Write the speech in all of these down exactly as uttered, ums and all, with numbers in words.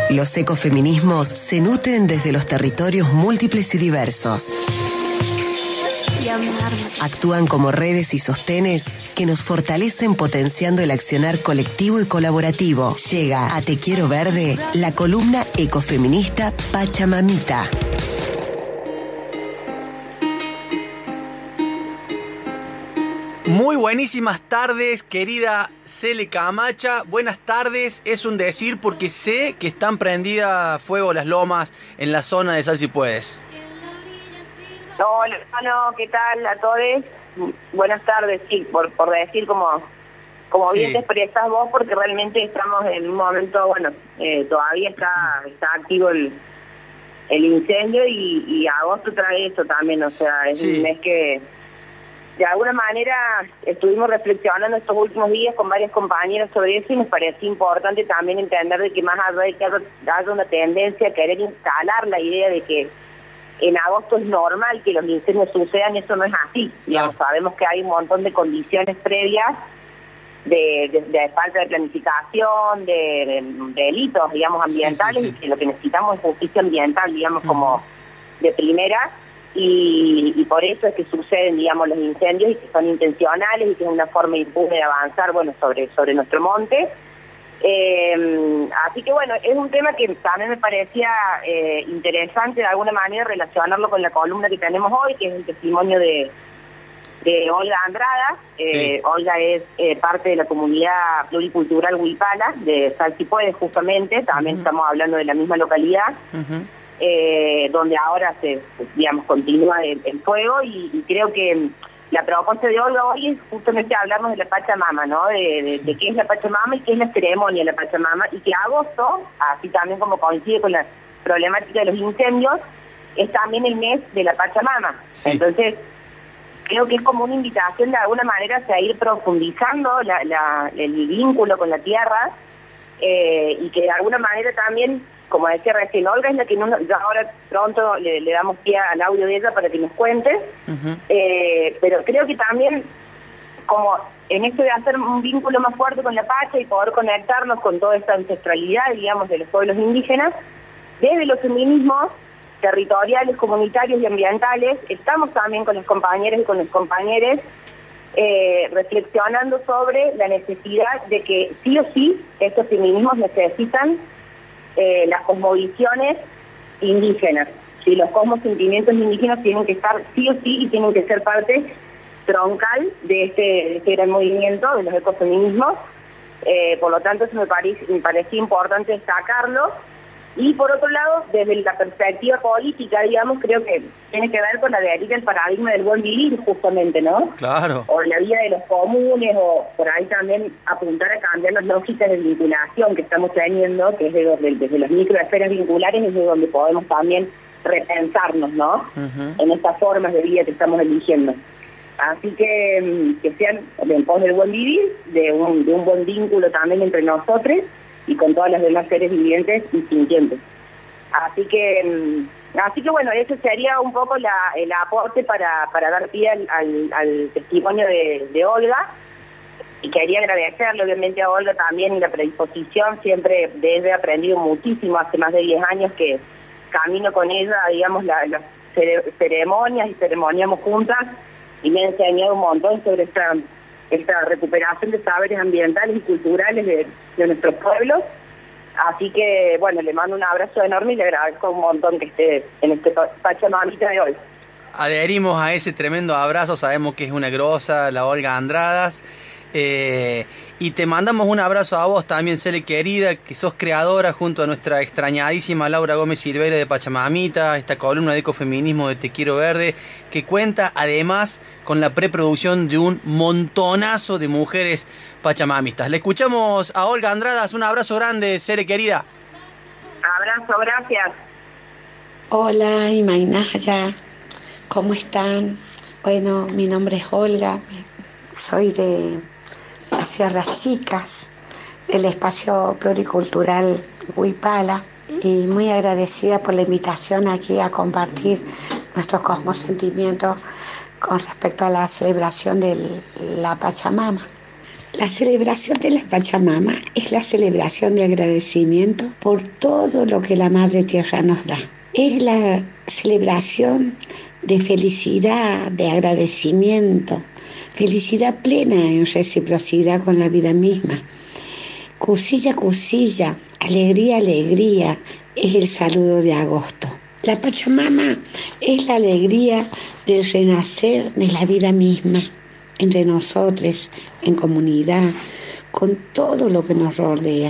Los ecofeminismos se nutren desde los territorios múltiples y diversos. Actúan como redes y sostenes que nos fortalecen potenciando el accionar colectivo y colaborativo. Llega a Te Quiero Verde la columna ecofeminista Pachamamita. Muy buenísimas tardes, querida Cele Camacha. Buenas tardes, es un decir porque sé que están prendidas a fuego las lomas en la zona de Sal Si Puedes. Hola, hermano, ¿qué tal a todos? Buenas tardes, sí, por, por decir como, como Sí. bien te expresás vos, porque realmente estamos en un momento, bueno, eh, todavía está, está activo el, el incendio y, y agosto trae eso también, o sea, es Sí. un mes que de alguna manera estuvimos reflexionando estos últimos días con varios compañeros sobre eso y nos pareció importante también entender de que más allá de que haya una tendencia a querer instalar la idea de que en agosto es normal que los incendios sucedan, eso no es así. Digamos, sabemos que hay un montón de condiciones previas de, de, de falta de planificación, de, de, de delitos, digamos, ambientales, Sí, sí, sí. y que lo que necesitamos es justicia ambiental, digamos, uh-huh. como de primera. Y, y por eso es que suceden, digamos, los incendios y que son intencionales y que es una forma impune de avanzar, bueno, sobre, sobre nuestro monte. Eh, así que bueno, es un tema que también me parecía eh, interesante de alguna manera relacionarlo con la columna que tenemos hoy, que es el testimonio de, de Olga Andrada. Eh, sí. Olga es eh, parte de la comunidad pluricultural Huipala, de Sal Si Puedes justamente, también uh-huh. estamos hablando de la misma localidad. Uh-huh. Eh, donde ahora se, digamos, continúa el, el fuego y, y creo que la propuesta de Olga hoy es justamente hablarnos de la Pachamama, ¿no? De, de, de qué es la Pachamama y qué es la ceremonia de la Pachamama, y que agosto, así también como coincide con la problemática de los incendios, es también el mes de la Pachamama. Sí. Entonces, creo que es como una invitación de alguna manera a ir profundizando la, la, el vínculo con la tierra eh, y que de alguna manera también, como decía recién Olga, es la que no, ya ahora pronto le, le damos pie al audio de ella para que nos cuente, uh-huh. eh, pero creo que también como en esto de hacer un vínculo más fuerte con la Pacha y poder conectarnos con toda esta ancestralidad, digamos, de los pueblos indígenas, desde los feminismos territoriales, comunitarios y ambientales, estamos también con los compañeros y con los compañeros eh, reflexionando sobre la necesidad de que sí o sí estos feminismos necesitan Eh, las cosmovisiones indígenas. ¿Sí? Los cosmosentimientos indígenas tienen que estar sí o sí y tienen que ser parte troncal de este, de este gran movimiento de los ecofeminismos. Eh, por lo tanto, eso me, parece, me parecía importante destacarlo. Y por otro lado, desde la perspectiva política, digamos, creo que tiene que ver con la de el paradigma del buen vivir, justamente, ¿no? Claro. O la vida de los comunes, o por ahí también apuntar a cambiar las lógicas de vinculación que estamos teniendo, que es de donde, desde las microesferas vinculares, es de donde podemos también repensarnos, ¿no? Uh-huh. En estas formas de vida que estamos eligiendo. Así que que sean en pos del buen vivir, de un, de un buen vínculo también entre nosotros y con todas las demás seres vivientes y sintientes. Así que, así que bueno, ese sería un poco la, el aporte para, para dar pie al, al, al testimonio de, de Olga, y quería agradecerle obviamente a Olga también la predisposición, siempre de ella he aprendido muchísimo, hace más de diez años que camino con ella, digamos, la, las ceremonias y ceremoniamos juntas, y me ha enseñado un montón sobre esta esta recuperación de saberes ambientales y culturales de, de nuestros pueblos. Así que, bueno, le mando un abrazo enorme y le agradezco un montón que esté en este Pachamamita de hoy. Adherimos a ese tremendo abrazo, sabemos que es una grosa, la Olga Andradas. Eh, y te mandamos un abrazo a vos también, Cele querida, que sos creadora junto a nuestra extrañadísima Laura Gómez Silveira de Pachamamita, esta columna de ecofeminismo de Te Quiero Verde, que cuenta además con la preproducción de un montonazo de mujeres pachamamistas. Le escuchamos a Olga Andradas, un abrazo grande, Cele querida. Abrazo, gracias. Hola, Imaynaya, ¿cómo están? Bueno, mi nombre es Olga, soy de las Sierras Chicas, del espacio pluricultural Huipala, y muy agradecida por la invitación aquí a compartir nuestros cosmosentimientos con respecto a la celebración de la Pachamama. La celebración de la Pachamama es la celebración de agradecimiento por todo lo que la Madre Tierra nos da. Es la celebración de felicidad, de agradecimiento, felicidad plena en reciprocidad con la vida misma. Cusilla, cusilla, alegría, alegría, es el saludo de agosto. La Pachamama es la alegría del renacer de la vida misma, entre nosotros, en comunidad, con todo lo que nos rodea.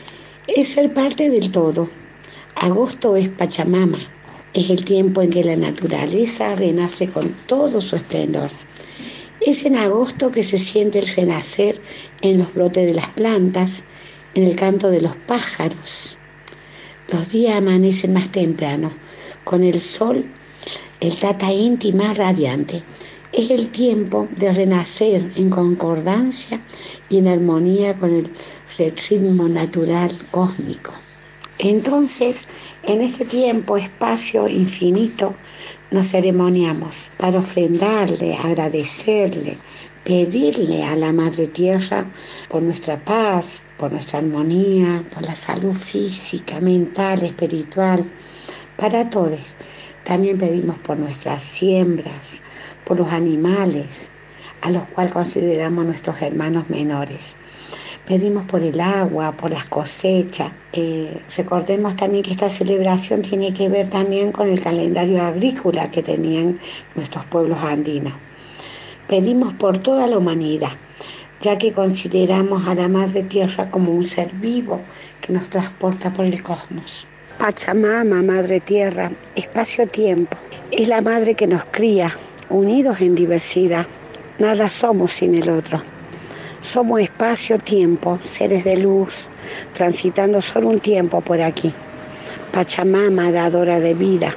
Es ser parte del todo. Agosto es Pachamama, es el tiempo en que la naturaleza renace con todo su esplendor. Es en agosto que se siente el renacer en los brotes de las plantas, en el canto de los pájaros. Los días amanecen más temprano, con el sol, el Tata Inti más radiante. Es el tiempo de renacer en concordancia y en armonía con el ritmo natural cósmico. Entonces, en este tiempo, espacio infinito, nos ceremoniamos para ofrendarle, agradecerle, pedirle a la Madre Tierra por nuestra paz, por nuestra armonía, por la salud física, mental, espiritual, para todos. También pedimos por nuestras siembras, por los animales, a los cuales consideramos nuestros hermanos menores. Pedimos por el agua, por las cosechas. Eh, recordemos también que esta celebración tiene que ver también con el calendario agrícola que tenían nuestros pueblos andinos. Pedimos por toda la humanidad, ya que consideramos a la Madre Tierra como un ser vivo que nos transporta por el cosmos. Pachamama, Madre Tierra, espacio-tiempo, es la madre que nos cría, unidos en diversidad. Nada somos sin el otro. Somos espacio-tiempo, seres de luz, transitando solo un tiempo por aquí. Pachamama, dadora de vida,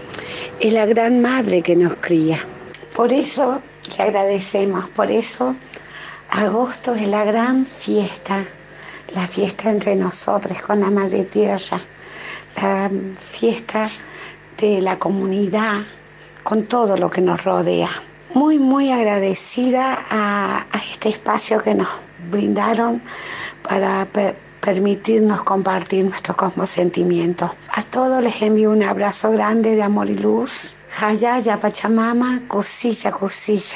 es la gran madre que nos cría. Por eso le agradecemos, por eso agosto es la gran fiesta, la fiesta entre nosotros con la Madre Tierra, la fiesta de la comunidad, con todo lo que nos rodea. Muy, muy agradecida a, a este espacio que nos brindaron para per, permitirnos compartir nuestro cosmosentimiento. A todos les envío un abrazo grande de amor y luz. Hayaya Pachamama, cosilla, cosilla.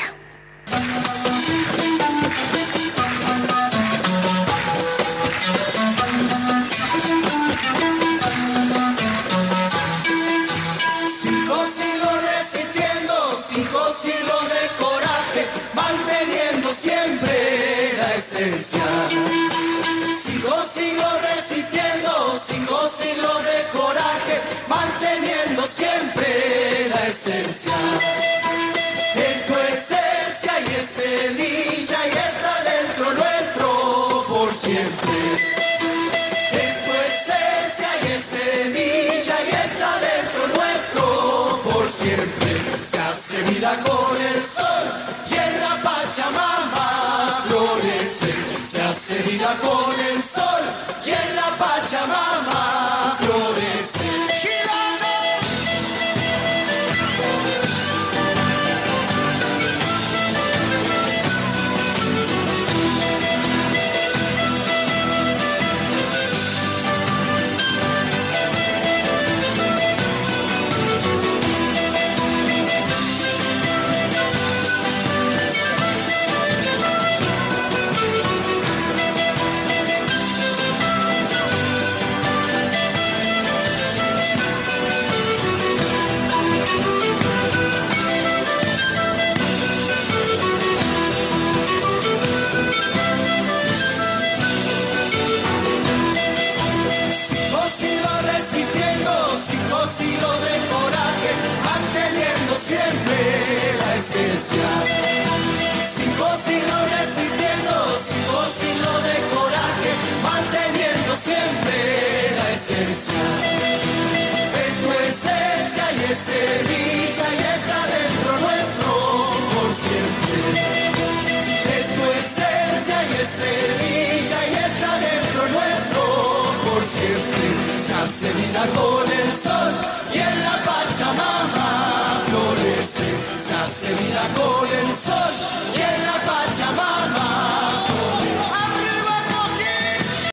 Cinco siglos de coraje, manteniendo siempre la esencia. Cinco siglos resistiendo, cinco siglos de coraje, manteniendo siempre la esencia. Es tu esencia y es semilla y está dentro nuestro por siempre. Es tu esencia y es semilla y está dentro nuestro por siempre. Se hace vida con el sol y en la Pachamama florece. Se hace vida con el sol y en la Pachamama florece. Siglos de coraje, manteniendo siempre la esencia. Cinco siglos resistiendo, cinco siglos de coraje, manteniendo siempre la esencia. Es tu esencia y es semilla y está dentro nuestro por siempre. Es tu esencia y es semilla y está dentro nuestro por siempre. Se hace vida con el sol y en la Pachamama florece. Se hace vida con el sol y en la Pachamama